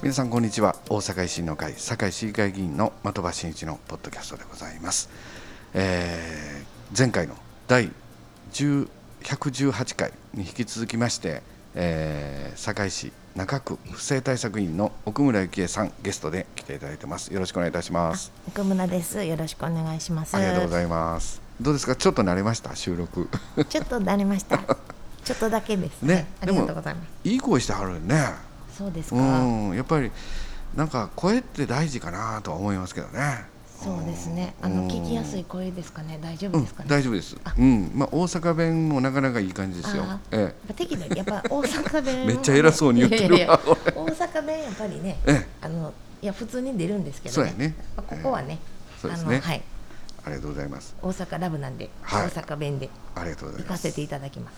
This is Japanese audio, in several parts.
皆さんこんにちは。大阪維新の会堺市議会議員の的場真一のポッドキャストでございます。前回の第118回に引き続きまして、堺市中区不正対策委員の奥村幸恵さんゲストで来ていただいてます。よろしくお願いいたします。 奥村です。よろしくお願いします。 ありがとうございます。どうですか、ちょっと慣れました？収録ちょっと慣れましたちょっとだけですね。ありがとうございます。 いい声してはるね。 そうですか。 やっぱりなんか声って大事かなとは思いますけどね。 そうですね。聞きやすい声ですかね。大丈夫ですかね。 大丈夫です。大阪弁もなかなかいい感じですよ。 適度にやっぱ大阪弁めっちゃ偉そうに言ってるわ。 大阪弁やっぱりね、いや普通に出るんですけどね。 そうやね。 ここはね、 そうですね。 はい。 ありがとうございます。 大阪ラブなんで、大阪弁で行かせていただきます。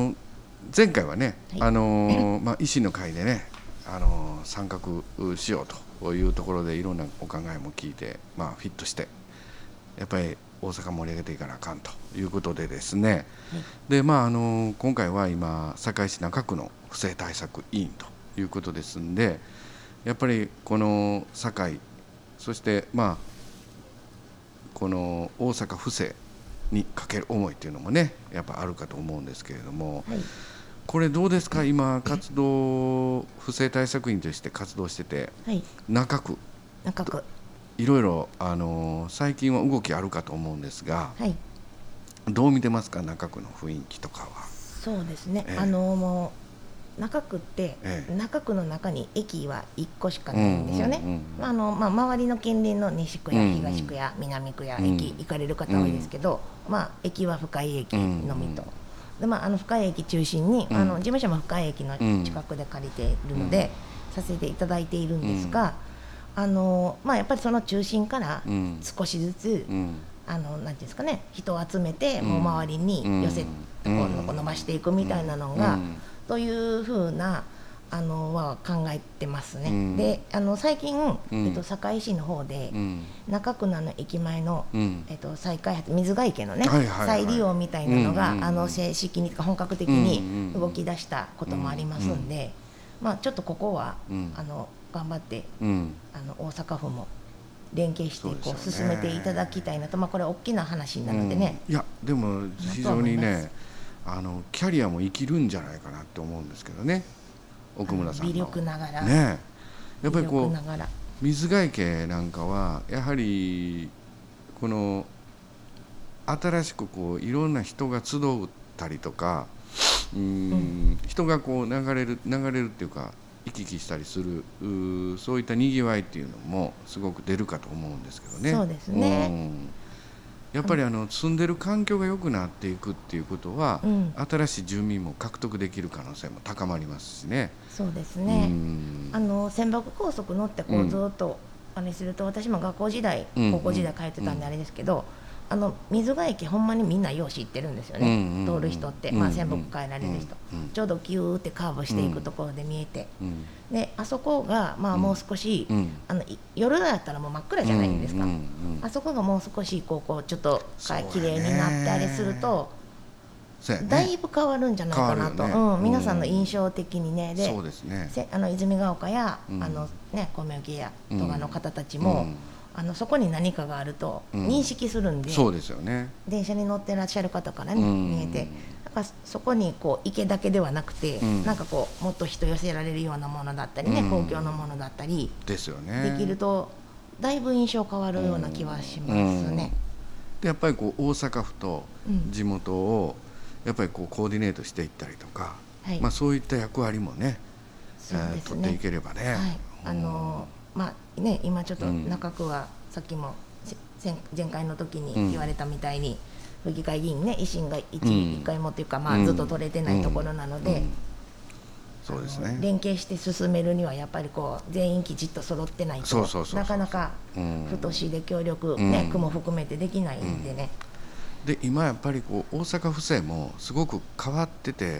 前回はね、 はい、 維新の会でね、参画しようというところでいろんなお考えも聞いて、フィットしてやっぱり大阪盛り上げていかなあかんということでですね、はい、で今回は今堺市中区の不正対策委員ということですんで、やっぱりこの堺、そしてこの大阪府政にかける思いというのもねやっぱあるかと思うんですけれども、はい、これどうですか、今活動不正対策員として活動してて、はい、中区いろいろ最近は動きあるかと思うんですが、はい、どう見てますか、中区の雰囲気とかは。 そうですね、もう中区って、中区の中に駅は1個しかないんですよね。周りの近隣の西区や東区や南区や駅行かれる方多いですけど、駅は深井駅のみと、で深井駅中心に、事務所も深井駅の近くで借りているので、させていただいているんですが、やっぱりその中心から少しずつ、なんていうんですかね、人を集めて、もう周りに寄せ伸ばしていくみたいなのが、というふうなは考えてますね。で最近、堺市の方で、中区の駅前の、再開発水ヶ池のね、再利用みたいなのが、正式に本格的に動き出したこともありますんで、ちょっとここは、頑張って、大阪府も連携して進めていただきたいなと、これは大きな話なのでね。 いやでも非常にね、キャリアも生きるんじゃないかなって思うんですけどね、奥村さんの微力ながらね。やっぱりこう水ヶ池なんかはやはりこの新しくこういろんな人が集ったりとか、人がこう流れるっていうか行き来したりする、そういったにぎわいっていうのもすごく出るかと思うんですけどね。 そうですね。 やっぱり住んでる環境が良くなっていくっていうことは、新しい住民も獲得できる可能性も高まりますしね。 そうですね。千葉高速乗ってこうずっとすると、私も高校時代通ってたんであれですけど、水ヶ駅ほんまにみんなよう知ってるんですよね、通る人って、仙北帰られる人、ちょうどキューってカーブしていくところで見えて、であそこがもう少し、夜だったらもう真っ暗じゃないですか、あそこがもう少しこうちょっと綺麗になってあれすると、だいぶ変わるんじゃないかなと、皆さんの印象的にね。でそうですね、 泉ヶ丘や米沖屋とかの方たちも、そこに何かがあると認識するんで、 そうですよね、 電車に乗ってらっしゃる方からね、見えて、だからそこにこう池だけではなくて、なんかこうもっと人寄せられるようなものだったりね、公共のものだったりですよね、 できるとだいぶ印象変わるような気はしますね。 でやっぱりこう大阪府と地元をやっぱりこうコーディネートしていったりとか、そういった役割もね、取っていければね。今ちょっと中区はさっきも前回の時に言われたみたいに、府議会議員ね、維新が1回もというか、ずっと取れてないところなので、 そうですね、 連携して進めるにはやっぱりこう全員きちっと揃ってないと、なかなか府と市で協力ね、区も含めてできないんでね。 で今やっぱりこう大阪府政もすごく変わってて、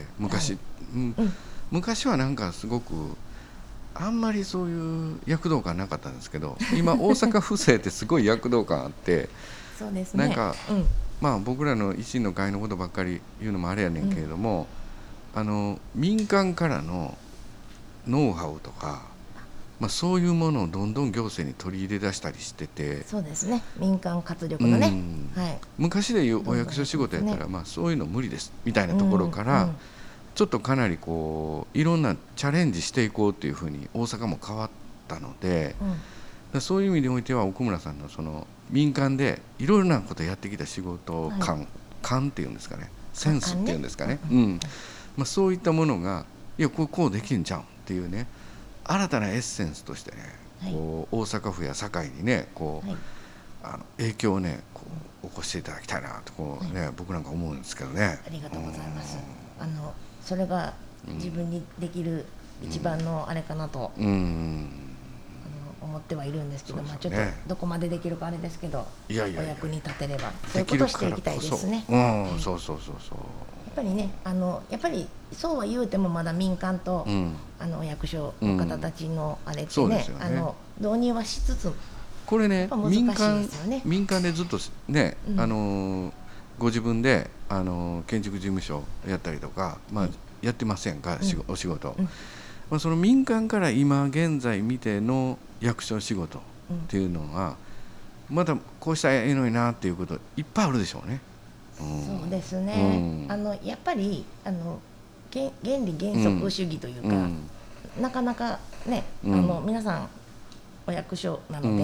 昔はなんかすごくあんまりそういう躍動感なかったんですけど、今大阪府政ってすごい躍動感あってそうですね、 なんか、僕らの維新の会のことばっかり言うのもあれやねんけれども、民間からのノウハウとかそういうものをどんどん行政に取り入れ出したりしてて、 そうですね、民間活力のね、はい、 昔でいうお役所仕事やったら、そういうの無理ですみたいなところから、ちょっとかなりこういろんなチャレンジしていこうというふうに大阪も変わったので、そういう意味においては奥村さんのその民間でいろいろなことをやってきた仕事感っていうんですかね、センスっていうんですかね、そういったものがいやこうできんじゃんっていうね、新たなエッセンスとしてね、こう大阪府や堺にねこう、影響をねこう起こしていただきたいなとこう、僕なんか思うんですけどね。 ありがとうございます。それが自分にできる一番のあれかなと、思ってはいるんですけど、ちょっとどこまでできるかあれですけど、お役に立てればそういうことしていきたいですね。 そうやっぱりね、やっぱりそうは言うてもまだ民間と、お役所の方たちのあれってね、導入はしつつこれね、民間でずっとね、ご自分で建築事務所やったりとか、やってませんか、お仕事、その民間から今現在見ての役所仕事っていうのは、まだこうしたらいいのになっていうこといっぱいあるでしょうね。 そうですね、やっぱり原理原則主義というか、なかなかね、皆さんお役所なので、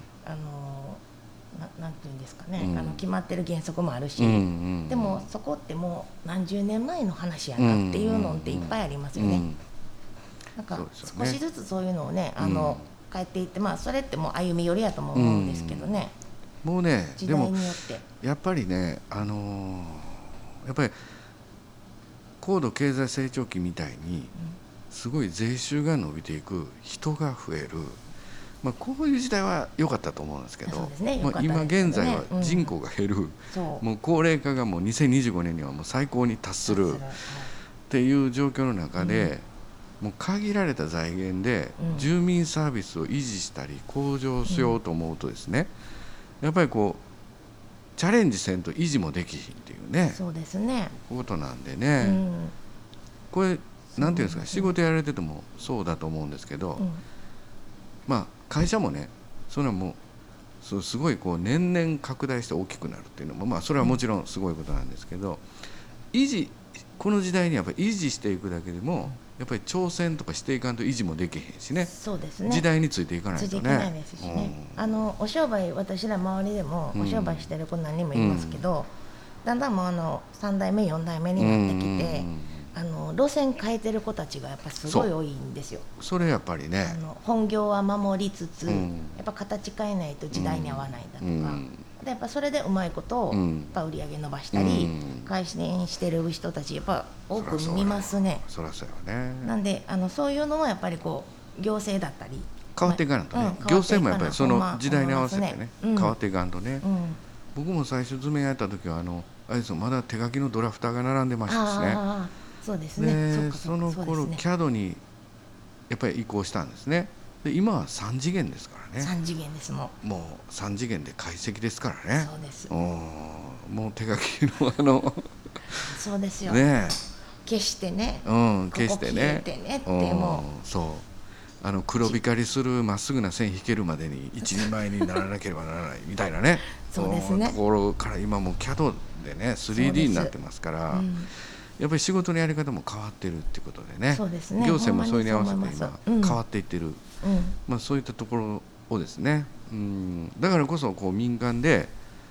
なんていうんですかね、決まってる原則もあるし、でもそこってもう何十年前の話やなっていうのっていっぱいありますよね。なんか少しずつそういうのをね変えていって、それってもう歩み寄りやとも思うんですけどね。 もうね、 時代によってやっぱりね、やっぱり高度経済成長期みたいにすごい税収が伸びていく、人が増える、こういう時代は良かったと思うんですけど、今現在は人口が減る、もう高齢化がもう2025年にはもう最高に達するっていう状況の中で、もう限られた財源で住民サービスを維持したり向上しようと思うとですね、やっぱりこうチャレンジせんと維持もできひんっていうね、 そうですね、 ことなんでね、これなんていうんですか、仕事やられててもそうだと思うんですけど、会社もね、それはもうすごいこう年々拡大して大きくなるっていうのも、それはもちろんすごいことなんですけど、この時代にやっぱり維持していくだけでもやっぱり挑戦とかしていかんと維持もできへんしね。 そうですね、 時代についていかないとね。 ついていけないですしね、お商売、私ら周りでもお商売してる子何人もいますけど、だんだんもう3代目4代目になってきて、路線変えてる子たちがやっぱすごい多いんですよ。 それやっぱりね、 本業は守りつつ、やっぱ形変えないと時代に合わないだとか、でやっぱそれでうまいことをやっぱ売り上げ伸ばしたり、改善してる人たちやっぱ多く見ますね。 そりゃそうよね。 なんでそういうのもやっぱりこう行政だったり変わっていかないとね、行政もやっぱりその時代に合わせてね、変わっていかんとね。僕も最初図面やった時はあれですよ、まだ手書きのドラフターが並んでましたしね。 そうですね。 その頃 CAD にやっぱり移行したんですね。で今は3次元ですからね。 3次元ですもう3次元で解析ですからね。 そうです。 もう手書きのそうですよ。 ね、 消してね。 消してね。 ここ消えてねってもうそう黒光りするまっすぐな線引けるまでに一人前にならなければならないみたいなね。 そうですね。 ところから今もう CAD でね 3D になってますから。やっぱり仕事のやり方も変わってるっていうことでね、行政もそれに合わせて今変わっていってる、そういったところをですね、だからこそこう民間で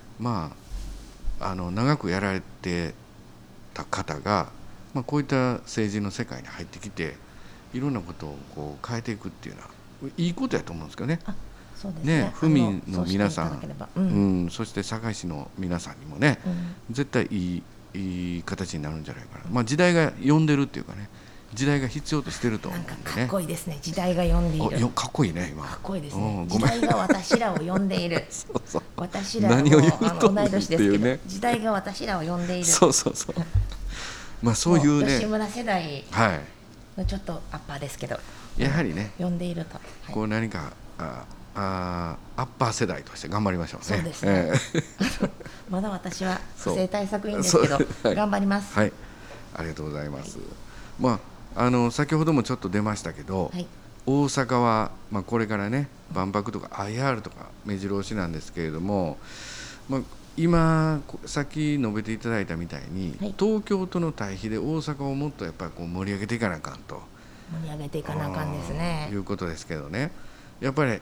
長くやられてた方が、こういった政治の世界に入ってきていろんなことをこう変えていくっていうのはいいことやと思うんですけどね。 そうですね。 府民の皆さん、そして堺市の皆さんにもね、絶対いい形になるんじゃないかな。時代が呼んでるっていうかね、時代が必要としてると思うんでね。 かっこいいですね。時代が呼んでいる。 かっこいいね今。 かっこいいですね。時代が私らを呼んでいる。私らも何を言うと同い年ですけど、時代が私らを呼んでいる。 そうそうそういうね。 吉村世代のちょっとアッパーですけど、 やはりね。 呼んでいると。 こう何かアッパー世代として頑張りましょうね。 そうですね。まだ私は不正対策員ですけど、頑張ります。 はい、ありがとうございます。先ほどもちょっと出ましたけど、 大阪は、これからね万博とか IR とか目白押しなんですけれども、今さっき述べていただいたみたいに、東京との対比で大阪をもっとやっぱりこう盛り上げていかなあかんと盛り上げていかなあかんですねいうことですけどね。やっぱり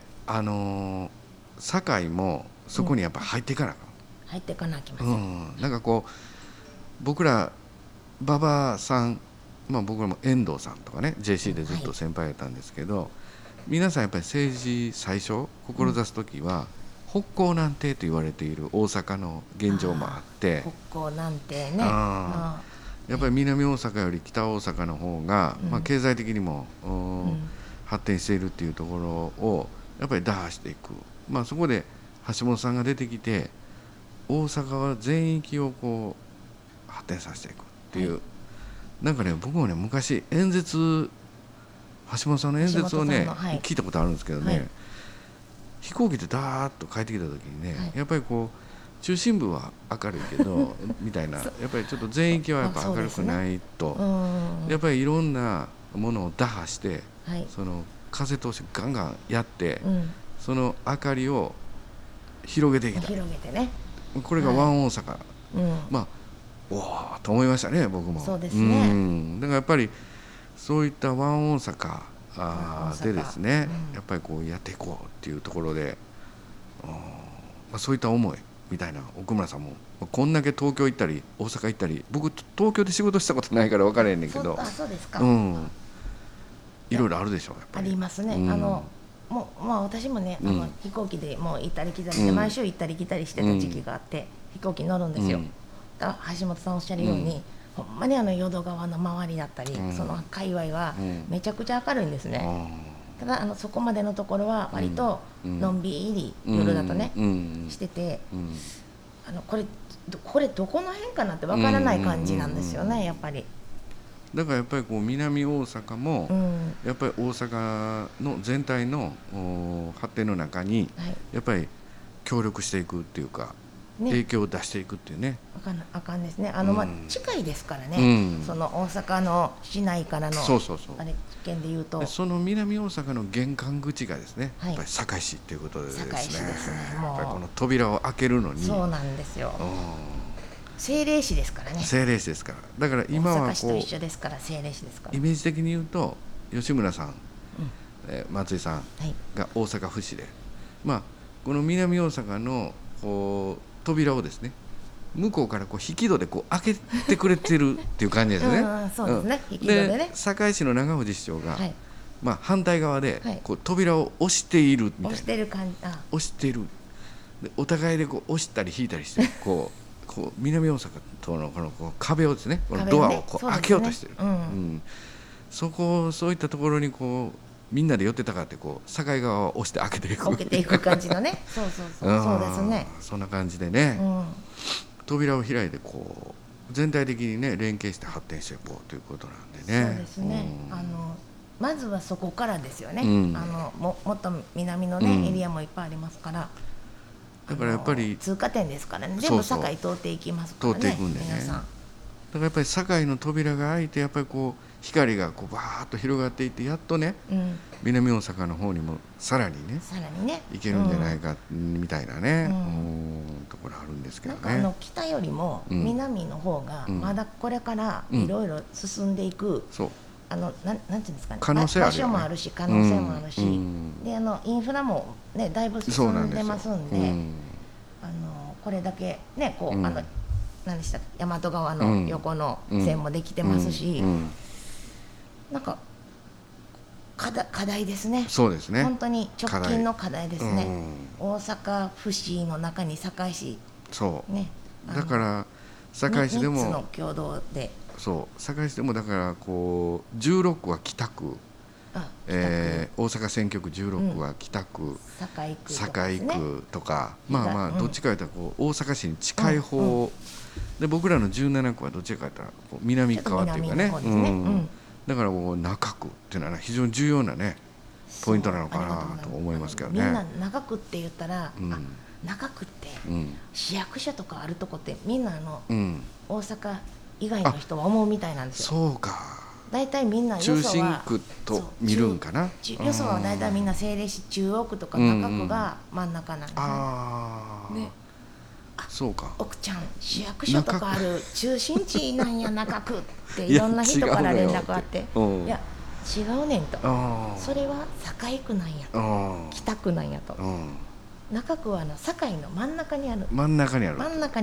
堺もそこにやっぱ入っていかなあかん、 入っていかなきゃいけません。 なんかこう僕ら馬場さん、僕らも遠藤さんとかね JC でずっと先輩やったんですけど、皆さんやっぱり政治最初志す時は、北港南帝と言われている大阪の現状もあって、 北港南帝ね、 やっぱり南大阪より北大阪の方が、経済的にも、発展しているっていうところをやっぱり打破していく、そこで橋本さんが出てきて大阪は全域をこう発展させていくっていう、なんかね僕もね昔演説橋本さんの演説をね、聞いたことあるんですけどね、飛行機でダーッと帰ってきた時にね、やっぱりこう中心部は明るいけどみたいな、やっぱりちょっと全域はやっぱ明るくないと、やっぱりいろんなものを打破して、その風通しガンガンやって、その明かりを広げていきた、これがワン大阪、おおと思いましたね僕も。 そうですね、 だからやっぱりそういったワン大阪でですね、やっぱりこうやっていこうっていうところで、そういった思いみたいな、奥村さんもこんだけ東京行ったり大阪行ったり、僕東京で仕事したことないから分からへんねんけど、 そうですか、 いろいろあるでしょうやっぱり。 ありますね、もう私もね、飛行機でもう行ったり来たりで、毎週行ったり来たりしてた時期があって、飛行機乗るんですよ。橋本さんおっしゃるように、ほんまに淀川の周りだったり、その界隈はめちゃくちゃ明るいんですね。ただそこまでのところは割とのんびり夜だとね、してて、これどこの辺かなってわからない感じなんですよね、やっぱり。 だからやっぱりこう南大阪も、やっぱり大阪の全体の発展の中にやっぱり協力していくっていうか、影響を出していくっていうね。 あかんですね。近いですからね、その大阪の市内からのあれ県でいうと、 その南大阪の玄関口がですね、やっぱり堺市っていうことでですね、 堺市ですね、もうこの扉を開けるのに、 そうなんですよ、政令市ですからね。 政令市ですから、だから今はこう大阪市と一緒ですから、政令市ですから。 イメージ的に言うと吉村さん、松井さんが大阪府市で、この南大阪のこう扉をですね、向こうからこう引き戸でこう開けてくれてるっていう感じですね。 そうですね、引き戸でね。 堺市の長藤市長が、反対側でこう扉を押しているみたいな、 押してる感じ、 押しているで、お互いでこう押したり引いたりしてこう南大阪とのこの壁をですね、このドアをこう開けようとしてる。そういったところにこうみんなで寄ってたかって、こう堺側を押して開けていく感じのね。そうですね。 そんな感じでね、扉を開いてこう全体的にね連携して発展していこうということなんでね。 そうですね、まずはそこからですよね。もっと南のね、エリアもいっぱいありますから、 だからやっぱり通過点ですからね、全部堺通っていきますからね、 通っていくんでね。 皆さんだからやっぱり堺の扉が開いて、やっぱりこう光がこうバーッと広がっていって、やっとね、南大阪の方にもさらにね行けるんじゃないかみたいなね、ところあるんですけどね。 なんか北よりも南の方がまだこれからいろいろ進んでいく、なんていうんですかね、 可能性あるよね、 場所もあるし可能性もあるし、でインフラもねだいぶ進んでますんで、これだけねこう何でしたっけ、大和川の横の線もできてますし、なんか課題ですね。 そうですね、 本当に直近の課題ですね。大阪府市の中に堺市、 ね、だから堺市でも 3つの共同で、 堺市でもだからこう16区は北区、大阪選挙区16区は北区、堺区とか、どっちかというとこう大阪市に近い方で、僕らの17区はどっちかというと南側っていうかね、だからこう中区っていうのは非常に重要なねポイントなのかなと思いますけどね。 みんな中区って言ったら、中区って市役所とかあるとこってみんな大阪以外の人は思うみたいなんですよ。 そうか。 大体みんなよ中そは心区と見るんかな。 よそは大体みんな政令市中央区とか中区が真ん中なんですね。 ああ、 ね、 そうか。 奥ちゃん市役所とかある中心地なんや中区っていろんな人から連絡あって、いや違うねんと、それは堺区なんやと、北区なんやと、中区は堺の真ん中にある。 真ん中にある。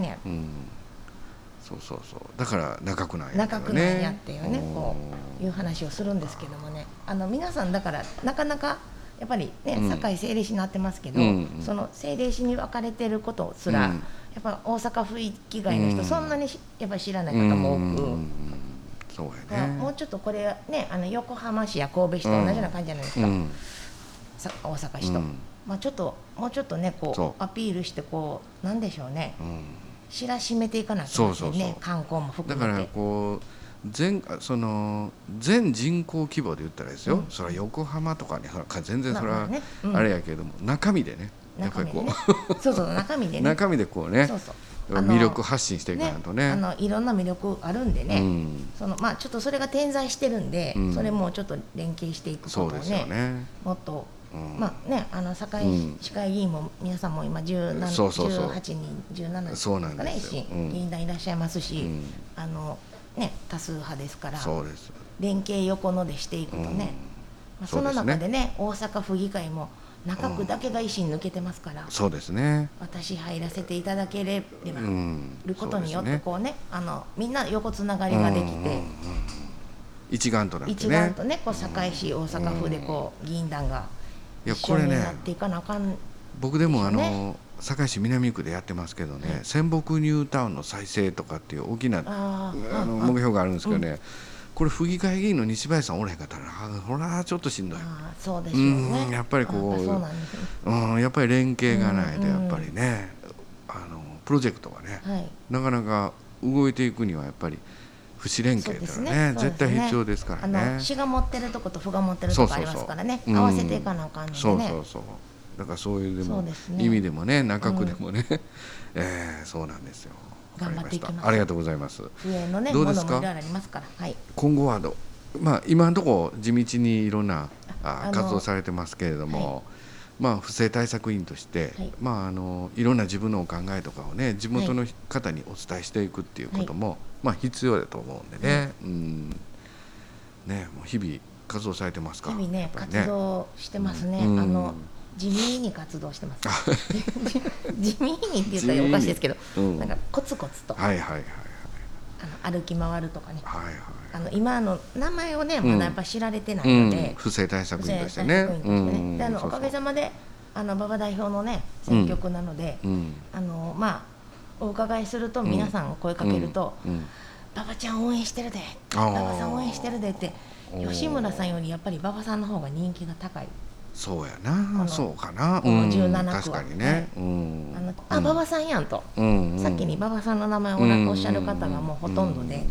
そうそうそう。だから中区なんや、ね。 中区なんやっていうね、こういう話をするんですけどもね。皆さんだからなかなかやっぱりね、堺政令市になってますけど、その政令市に分かれてることすら、やっぱ大阪府域外の人、そんなにやっぱり知らない方も多く。 そうやね。 もうちょっとこれね、横浜市や神戸市と同じような感じじゃないですか。大阪市と。まあちょっともうちょっとね、こうアピールしてこうなんでしょうね。知らしめていかなきゃいけないね、観光も含めて。 だからこう全人口規模で言ったらですよ、それは横浜とかに全然それはあれやけれども、中身でね、やっぱりこうそうそう中身でね、 中身でこうね、魅力発信していかないとね、 いろんな魅力あるんでね、まあちょっとそれが点在してるんで、それもちょっと連携していくことをね、もっとまあね、堺市会議員も皆さんも今18人17人ですかね、議員団いらっしゃいますし、ね、多数派ですから、連携横のでしていくとね、その中でね、大阪府議会も中区だけが維新抜けてますから、 そうですね、 私入らせていただけれることによってこうね、みんな横つながりができて、 一丸となってね、 一丸とね、こう堺市大阪府でこう議員団が一緒になっていかなあかん。 僕でも堺市南区でやってますけどね、仙北ニュータウンの再生とかっていう大きな目標があるんですけどね、これ府議会議員の西林さんおらへんかったらほらちょっとしんどい。 そうですよね。 やっぱりこうやっぱり連携がないとやっぱりね、プロジェクトがね、なかなか動いていくにはやっぱり府市連携というのはね絶対必要ですからね。 市が持ってるとこと府が持ってるとこありますからね、合わせていかなあかんのでね。 そうだからそういう意味でもね、中区でもね、そうなんですよ。 頑張っていきます。 ありがとうございます。 上のね、ものもいろいろありますから。 今後は今のところ地道にいろんな活動されてますけれども、不正対策委員として、いろんな自分のお考えとかをね、地元の方にお伝えしていくっていうことも必要だと思うんでね、もう日々活動されてますか？ 日々ね、活動してますね。地味に活動してます。地味にって言ったらおかしいですけど、なんかコツコツと歩き回るとかね。今の名前をね、まだやっぱ知られてないので、 不正対策員としてね。 で、おかげさまで馬場代表のね選挙区なので、お伺いすると皆さん声かけると、馬場ちゃん応援してるで、馬場さん応援してるでって、吉村さんよりやっぱり馬場さんの方が人気が高い。 そうやな、そうかな、 この17区は確かにね、 馬場さんやんと、さっきに馬場さんの名前をおっしゃる方がもうほとんどで、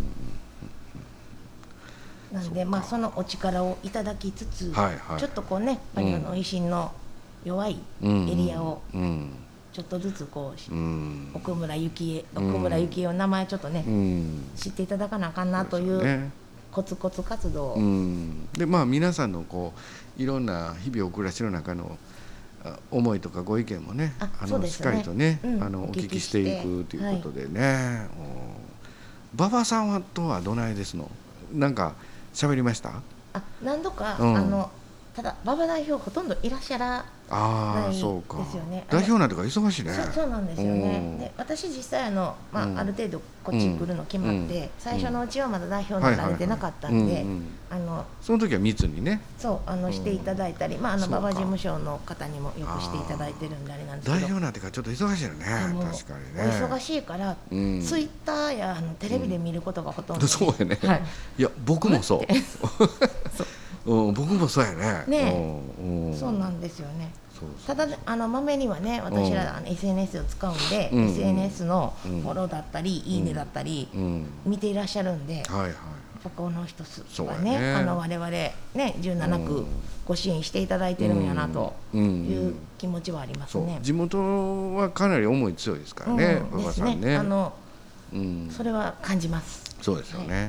なんでそのお力をいただきつつ、ちょっとこうね、維新の弱いエリアをちょっとずつこう奥村幸恵を名前ちょっとね知っていただかなあかんなというコツコツ活動で、皆さんのこういろんな日々お暮らしの中の思いとかご意見もね、しっかりとねお聞きしていくということでね。馬場さんとはどないですの？なんか喋りました？ 何度かただ馬場代表ほとんどいらっしゃらないですよね。 代表なんてか忙しいね。 そうなんですよね。で、私実際ある程度こっち来るの決まって、最初のうちはまだ代表になられてなかったんで、 その時は密にね、 していただいたり、馬場事務所の方にもよくしていただいてるんであれなんですけど、 代表なんてかちょっと忙しいよね。確かにね。 忙しいからツイッターやテレビで見ることがほとんど。 そうやね。いや僕もそう。僕もそうやね。 そうなんですよね。ただまめにはね、私らSNS を使うんで、SNS のフォローだったりいいねだったり見ていらっしゃるんで、この人はね、我々ね17区ご支援していただいてるんやなという気持ちはありますね。 地元はかなり思い強いですからね、馬場さんね。 それは感じます。 そうですよね。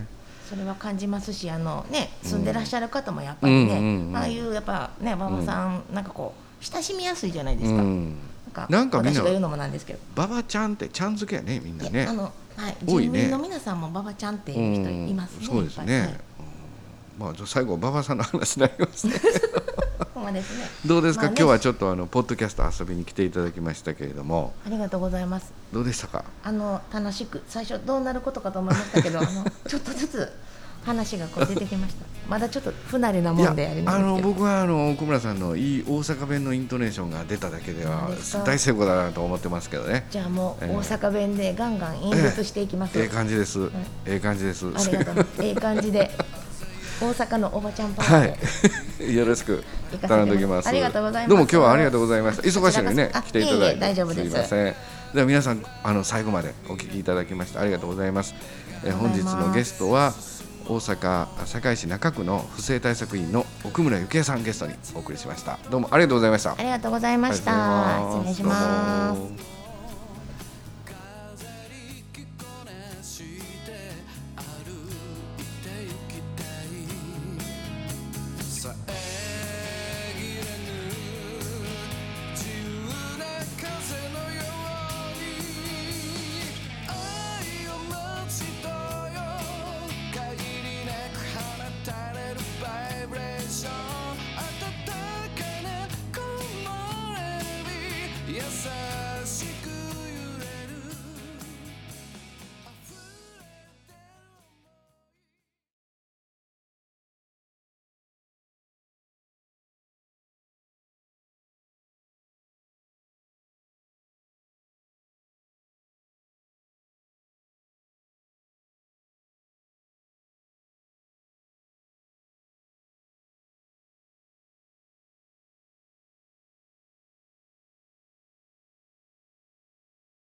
それは感じますし、住んでらっしゃる方もやっぱりね、ああいうやっぱね馬場さん、なんかこう親しみやすいじゃないですか。 なんかみんな私が言うのもなんですけど、 馬場ちゃんってちゃん付けやね、みんなね。 住民の皆さんも馬場ちゃんっていう人いますね。 そうですね。まあ最後馬場さんの話になりますね。どうですか、今日はちょっとポッドキャスト遊びに来ていただきましたけれども。 ありがとうございます。 どうでしたか。 楽しく、最初どうなることかと思いましたけど、ちょっとずつ話がこう出てきました。まだちょっと不慣れなもんでありますけど、 僕は奥村さんのいい大阪弁のイントネーションが出ただけでは大成功だなと思ってますけどね。 じゃあもう大阪弁でガンガン演説していきます。 感じです。感じです。 ありがとうございます。感じで大阪のおばちゃんパーテよろしく頼んでおきます。 ありがとうございます。 どうも今日はありがとうございました。忙しいのにね来ていただいて大丈夫です。 すいません。では皆さん最後までお聞きいただきましてありがとうございます。本日のゲストは大阪堺市中区の不正対策員の奥村幸恵さんゲストにお送りしました。どうもありがとうございました。 ありがとうございました。失礼します。